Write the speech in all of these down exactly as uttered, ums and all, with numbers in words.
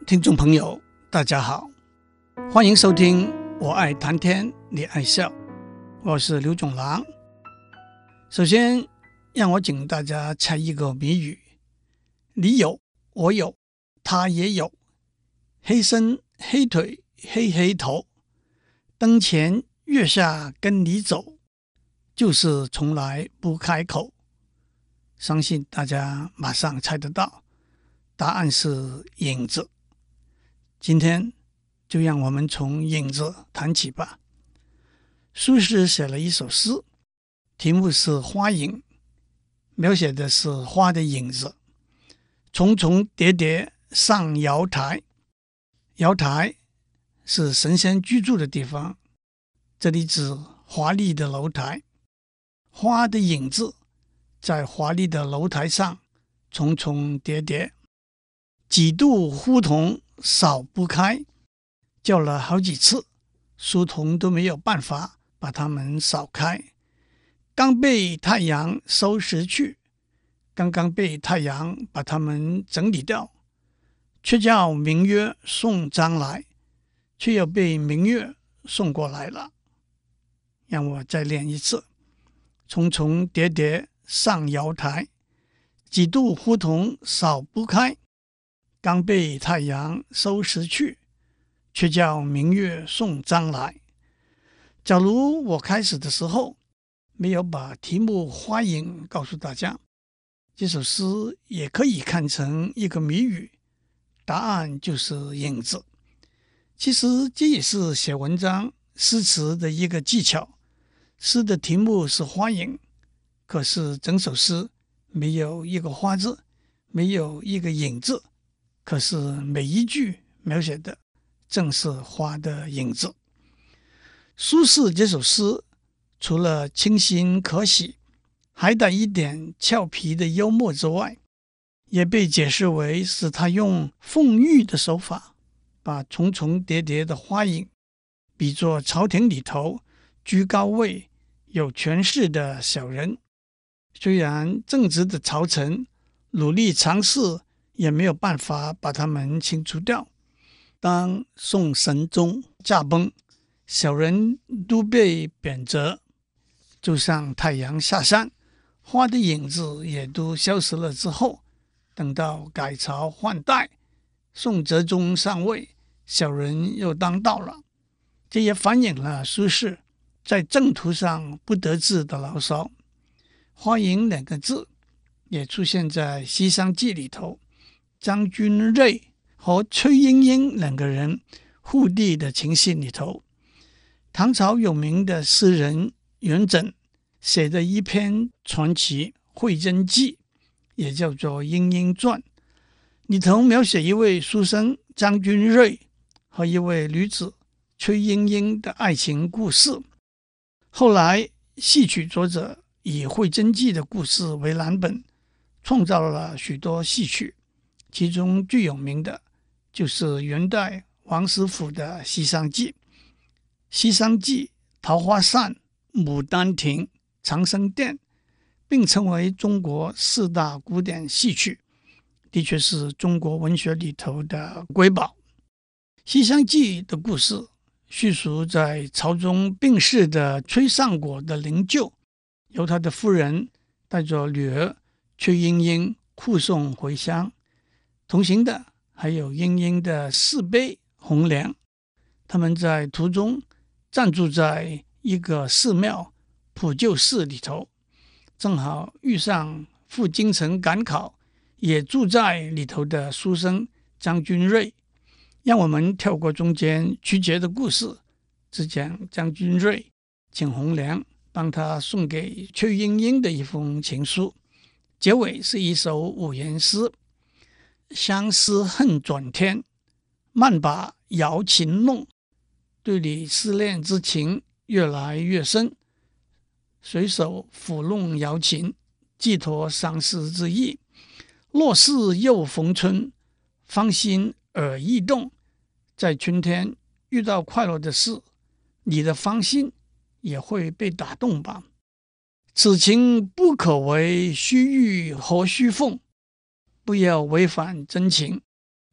听众朋友大家好，欢迎收听我爱谈天你爱笑，我是刘总郎。首先让我请大家猜一个谜语：你有我有他也有，黑身黑腿黑黑头，灯前月下跟你走，就是从来不开口。相信大家马上猜得到，答案是影子。今天就让我们从影子谈起吧。苏轼写了一首诗，题目是《花影》，描写的是花的影子，重重叠叠上瑶台。瑶台是神仙居住的地方，这里指华丽的楼台。花的影子在华丽的楼台上重重叠叠，几度呼童扫不开，叫了好几次，书童都没有办法把它们扫开。刚被太阳收拾去，刚刚被太阳把它们整理掉，却叫明月送将来，却又被明月送过来了。让我再练一次：重重叠叠上瑶台，几度呼童扫不开，刚被太阳收拾去，却叫明月送将来。假如我开始的时候没有把题目花影告诉大家，这首诗也可以看成一个谜语，答案就是影子。其实这也是写文章诗词的一个技巧。诗的题目是花影，可是整首诗没有一个花字，没有一个影字，可是每一句描写的正是花的影子。苏轼这首诗除了清新可喜，还带一点俏皮的幽默之外，也被解释为是他用讽喻的手法，把重重叠叠的花影比作朝廷里头居高位有权势的小人，虽然正直的朝臣努力尝试，也没有办法把他们清除掉。当宋神宗驾崩，小人都被贬谪，就像太阳下山，花的影子也都消失了之后，等到改朝换代，宋哲宗上位，小人又当道了。这也反映了苏轼在政途上不得志的牢骚。花影两个字也出现在《西厢记》里头，张君瑞和崔莺莺两个人互递的情戏里头。唐朝有名的诗人元稹写的一篇传奇《会真记》，也叫做《莺莺传》，里头描写一位书生张君瑞和一位女子崔莺莺的爱情故事。后来戏曲作者以《会真记》的故事为蓝本，创造了许多戏曲，其中最有名的就是元代王实甫的《西厢记》。《西厢记》《桃花扇》《牡丹亭》《长生殿》并称为中国四大古典戏曲，的确是中国文学里头的瑰宝。《西厢记》的故事叙述在朝中病逝的崔尚国的灵柩，由他的夫人带着女儿崔莺莺护送回乡，同行的还有莺莺的四妃红娘。他们在途中暂住在一个寺庙普救寺里头，正好遇上赴京城赶考也住在里头的书生张君瑞。让我们跳过中间曲折的故事，只讲张君瑞请红娘帮他送给崔莺莺的一封情书。结尾是一首五言诗：相思恨转天，慢把瑶琴弄，对你思念之情越来越深，随手抚弄瑶琴，寄托相思之意。若是又逢春，芳心耳意动。在春天遇到快乐的事，你的芳心也会被打动吧。此情不可为虚誉和虚奉，不要违反真情，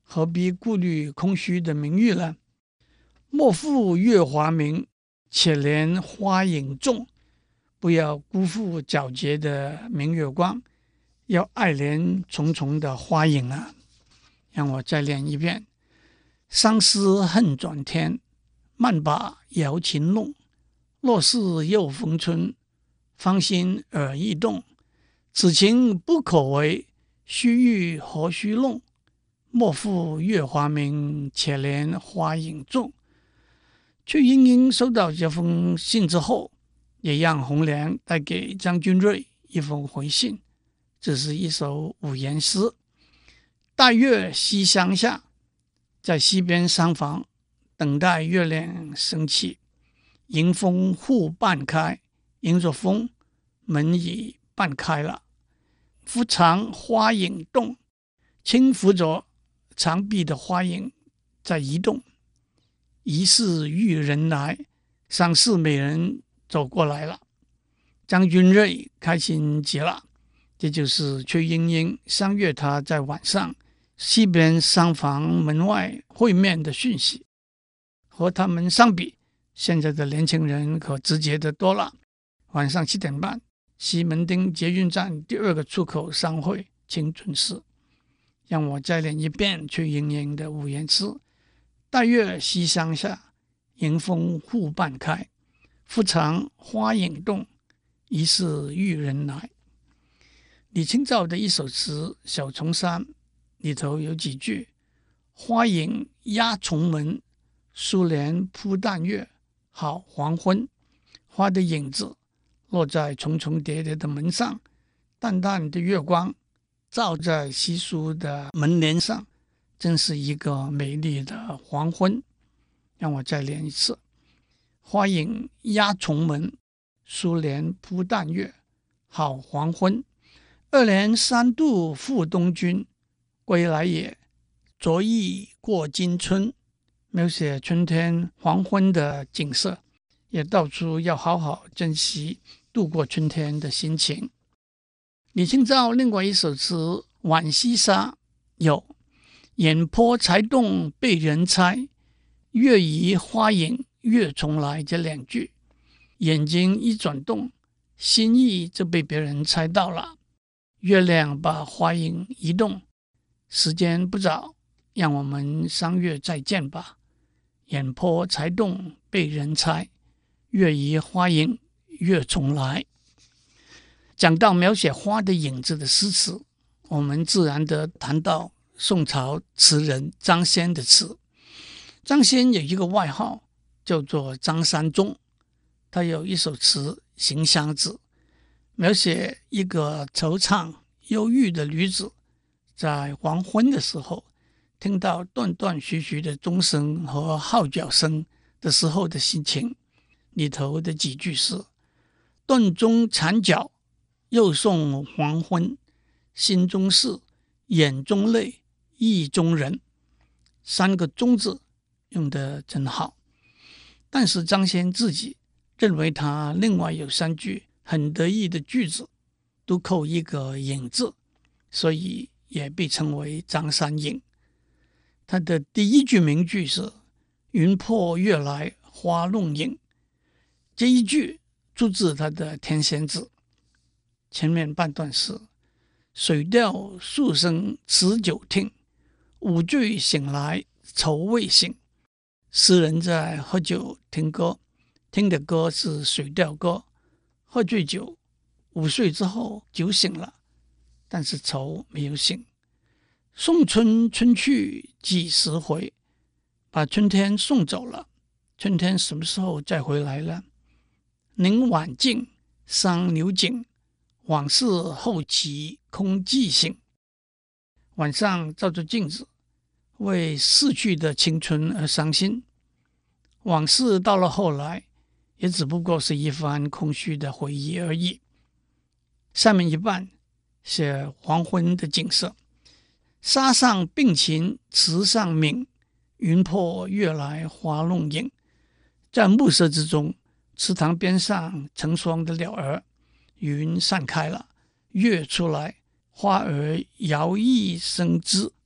何必顾虑空虚的名誉呢？莫负月华明，且怜花影重。不要辜负皎洁的明月光，要爱怜重重的花影啊！让我再练一遍：相思恨转天，慢把瑶琴弄。若是又逢春，芳心耳亦动。此情不可为，须臾何须弄？莫负月华明，且怜花影重。崔莺莺收到这封信之后，也让红娘带给张君瑞一封回信。这是一首五言诗：大月西厢下，在西边厢房等待月亮升起。迎风户半开，迎着风，门已半开了。扶长花影动，轻扶着长臂的花影在移动。疑是玉人来，赏识美人走过来了。张君瑞开心极了，这就是崔莺莺相约他在晚上西边厢房门外会面的讯息。和他们相比，现在的年轻人可直接的多了。晚上七点半，西门町捷运站第二个出口相会，请准时。让我再练一遍崔莺莺的五言诗：大月西厢下，迎风户半开。扶长花影动，疑是玉人来。李清照的一首词《小重山》里头有几句：花影压重门，疏帘铺淡月，好黄昏。花的影子落在重重叠叠的门上，淡淡的月光照在稀疏的门帘上，真是一个美丽的黄昏。让我再练一次：花影压重门，疏帘铺淡月，好黄昏。二连三度复东君，归来也，昨忆过今春。描写春天黄昏的景色，也道出要好好珍惜度过春天的心情。李清照另外一首词《浣溪沙》有眼波才动被人猜，月移花影月重来这两句。眼睛一转动，心意就被别人猜到了。月亮把花影移动，时间不早，让我们相约再见吧。眼波才动被人猜，月移花影月重来。讲到描写花的影子的诗词，我们自然地谈到宋朝词人张先的词。张先有一个外号叫做张三宗，他有一首词《行香子》，描写一个惆怅忧郁的女子在黄昏的时候听到断断续续的钟声和号角声的时候的心情。里头的几句是：断钟残角，又送黄昏，心中事，眼中泪，意中人。三个钟字用得真好。但是张先自己认为他另外有三句很得意的句子都扣一个影字，所以也被称为张三影。他的第一句名句是云破月来花弄影，这一句出自他的《天仙子》。前面半段是水调数声持久听，午醉醒来愁未醒。诗人在喝酒听歌，听的歌是水调歌，喝醉酒，午睡之后酒醒了，但是愁没有醒。送春春去几时回，把春天送走了，春天什么时候再回来呢？宁晚镜伤流景，往事后期空记醒。晚上照着镜子，为逝去的青春而伤心，往事到了后来也只不过是一番空虚的回忆而已。下面一半写黄昏的景色：沙上并琴池上鸣，云破月来花弄影。在暮色之中，池塘边上成双的鸟儿，云散开了，月出来，花儿摇曳生姿，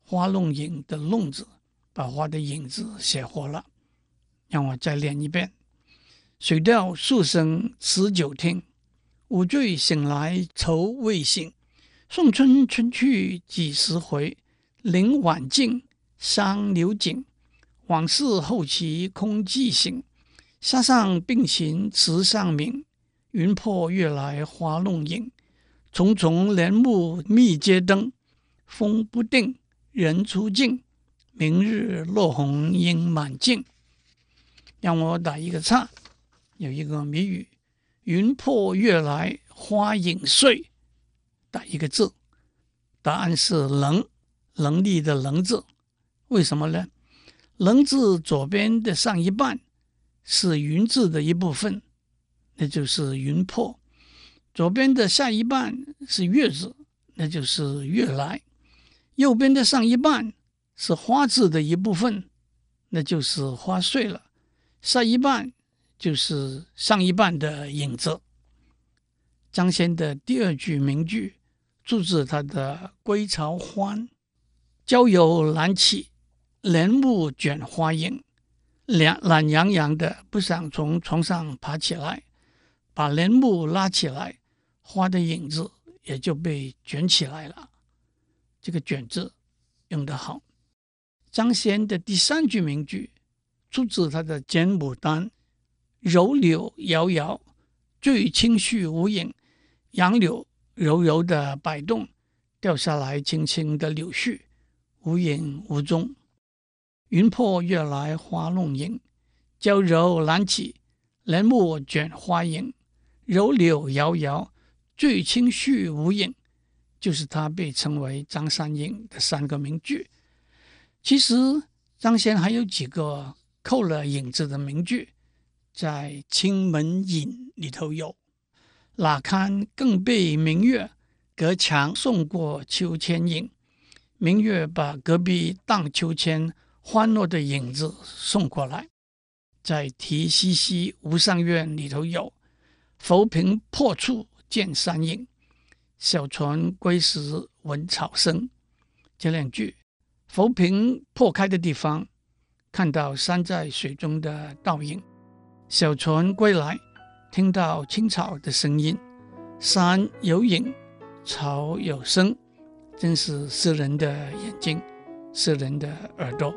花弄影的弄字，把花的影字写活了。让我再练一遍：水调数声持久听，午醉醒来愁未醒。送春春去几时回？林晚静伤流景。往事后期空记醒。沙上并行池上明。云破月来花弄影。重重帘幕密街灯。风不定人初静。明日落红应满径。让我打一个岔，有一个谜语：云破月来花影碎，打一个字，答案是能，能力的能字。为什么呢？能字左边的上一半是云字的一部分，那就是云破；左边的下一半是月字，那就是月来；右边的上一半是花字的一部分，那就是花碎了；下一半就是上一半的影子。张先的第二句名句注自他的《归巢欢》：郊游懒起，帘幕卷花影。懒洋洋的不想从床上爬起来，把帘幕拉起来，花的影子也就被卷起来了。这个卷字用得好。张先的第三句名句出自他的《剪牡丹》：柔柳摇摇，最清绪无影。杨柳柔柔的摆动，掉下来轻轻的柳絮，无影无踪。云破月来花弄影，娇柔懒起，帘幕卷花影。柔柳摇摇，最清绪无影，就是他被称为张三影的三个名句。其实张先还有几个扣了影子的名句，在《青门引》里头有：哪堪更被明月，隔墙送过秋千影。明月把隔壁荡秋千欢乐的影子送过来。在《题西溪吴上苑》里头有：浮萍破处见山影，小船归时闻草声。这两句，浮萍破开的地方看到山在水中的倒影，小船归来听到青草的声音，山有影，草有声，真是诗人的眼睛，诗人的耳朵。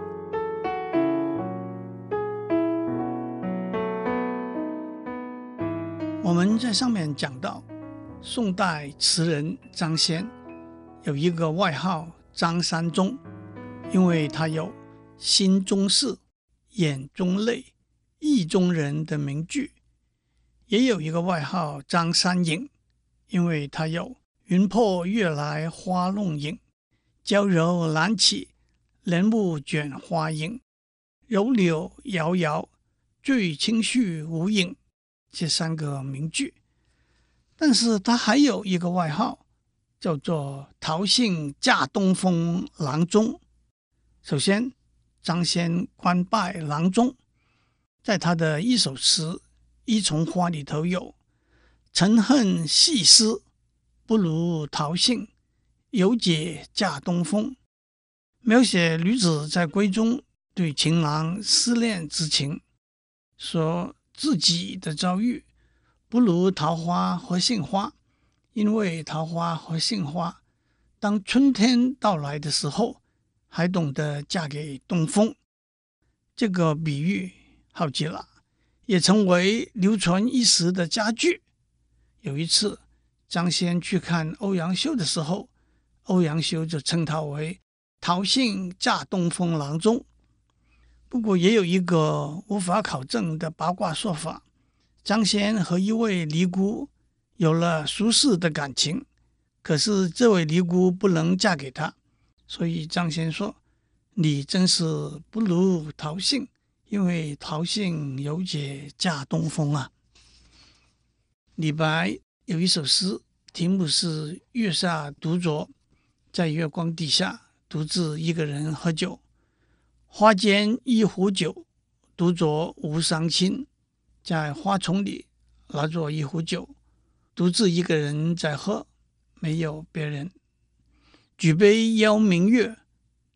我们在上面讲到，宋代词人张先有一个外号张三中，因为他有心中事、眼中泪、意中人的名句；也有一个外号张三影，因为他有云破月来花弄影，娇柔懒起，帘幕卷花影，柔柳摇摇，最清绪无影，这三个名句。但是他还有一个外号，叫做陶姓驾东风郎中。首先，张先官拜郎中，在他的一首词《一丛花》里头有：沉恨细思，不如陶姓，有解驾东风。描写女子在闺中对情郎思恋之情，说自己的遭遇不如桃花和杏花，因为桃花和杏花当春天到来的时候还懂得嫁给东风。这个比喻好极了，也成为流传一时的佳句。有一次张先去看欧阳修的时候，欧阳修就称他为陶姓驾东风郎中。不过也有一个无法考证的八卦说法，张先和一位尼姑有了熟识的感情，可是这位尼姑不能嫁给他，所以张先说：你真是不如陶姓，因为陶姓有解驾东风啊。李白有一首诗，题目是月下独酌，在月光底下独自一个人喝酒。花间一壶酒，独酌无伤亲。在花丛里拿着一壶酒，独自一个人在喝，没有别人。举杯邀明月，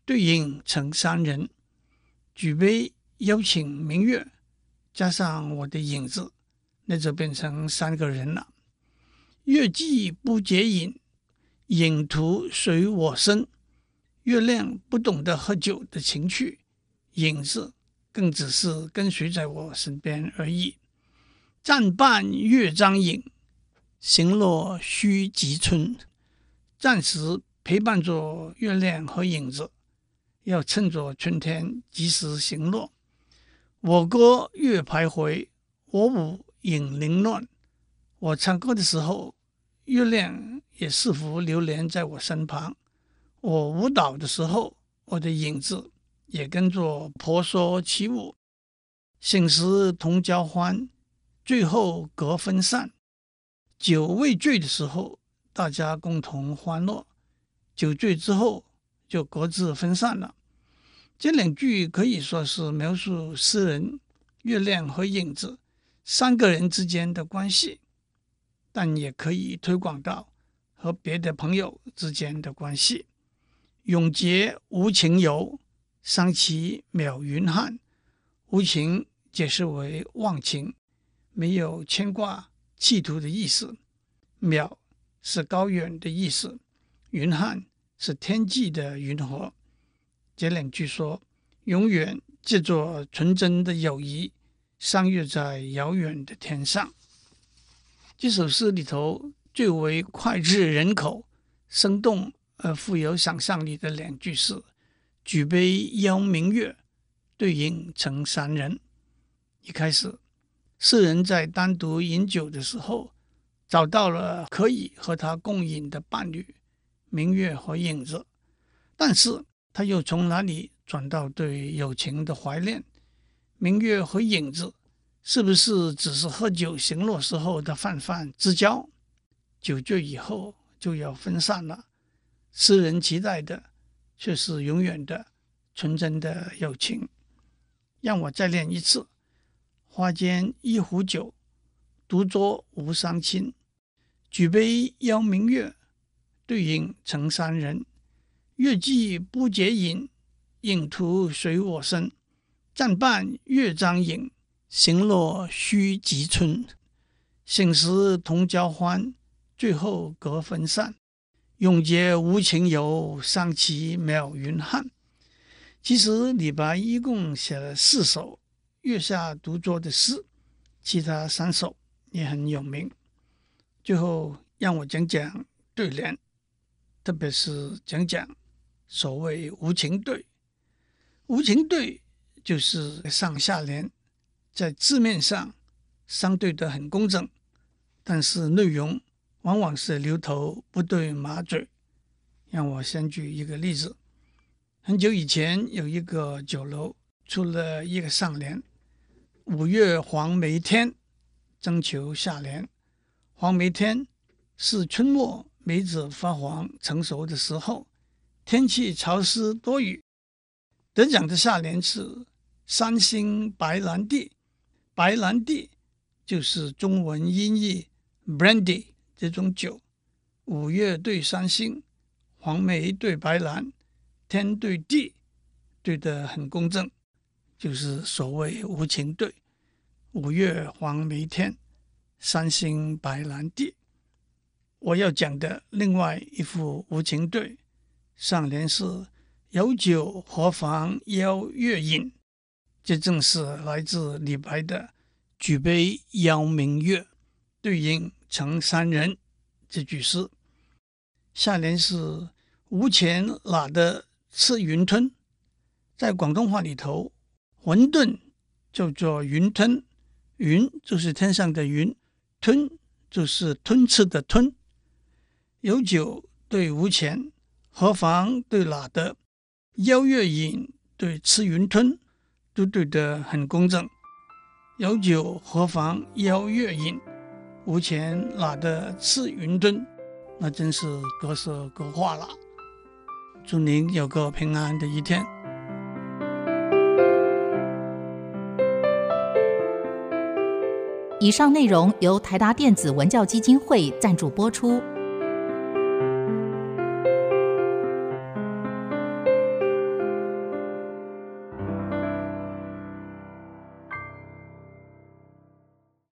对应成三人。举杯邀请明月，加上我的影子，那就变成三个人了。月既不解饮，影徒随我身。月亮不懂得喝酒的情趣，影子更只是跟随在我身边而已。暂伴月将影，行乐须及春。暂时陪伴着月亮和影子，要趁着春天及时行乐。我歌月徘徊，我舞影零乱。我唱歌的时候，月亮也似乎流连在我身旁。我舞蹈的时候，我的影子也跟着婆娑起舞。醒时同交欢，醉后各分散。酒未醉的时候，大家共同欢乐；酒醉之后，就各自分散了。这两句可以说是描述诗人月亮和影子三个人之间的关系，但也可以推广到和别的朋友之间的关系。永结无情游，伤其邈云汉。无情解释为忘情，没有牵挂企图的意思。邈是高远的意思，云汉是天际的云河。这两句说，永远借着纯真的友谊相约在遥远的天上。这首诗里头最为脍炙人口、生动而富有想象力的两句是：举杯邀明月，对影成三人。一开始，诗人在单独饮酒的时候，找到了可以和他共饮的伴侣明月和影子，但是他又从哪里转到对友情的怀念？明月和影子是不是只是喝酒行乐时候的泛泛之交？酒醉以后就要分散了。诗人期待的却是永远的纯真的友情。让我再练一次：花间一壶酒，独酌无伤亲。举杯邀明月，对影成三人。月既不解饮，影徒随我身。暂伴月将影，行乐须及春。醒时同交欢，醉后各分散。永结无情游，伤其邈云汉。其实李白一共写了四首月下独酌的诗，其他三首也很有名。最后让我讲讲对联，特别是讲讲所谓无情对。无情对就是上下联在字面上相对的很工整，但是内容往往是牛头不对马嘴。让我先举一个例子。很久以前有一个酒楼出了一个上联：五月黄梅天，征求下联。黄梅天是春末梅子发黄成熟的时候，天气潮湿多雨。得奖的下联是三星白兰地。白兰地就是中文音译 brandy 这种酒。五月对三星，黄梅对白兰，天对地，对得很公正，就是所谓无情对。五月黄梅天，三星白兰地。我要讲的另外一副无情对，上联是有酒何妨邀月饮，这正是来自李白的举杯邀明月，对影成三人这句诗。下联是无钱哪得吃云吞。在广东话里头，馄饨叫做云吞，云就是天上的云，吞就是吞吃的吞。有酒对无钱，何妨对哪得，邀月饮对吃云吞，都对得很公正。有酒何妨邀月饮，无钱哪得吃云吞，那真是各说各话了。祝您有个平安的一天。 以上内容由台达电子文教基金会赞助播出。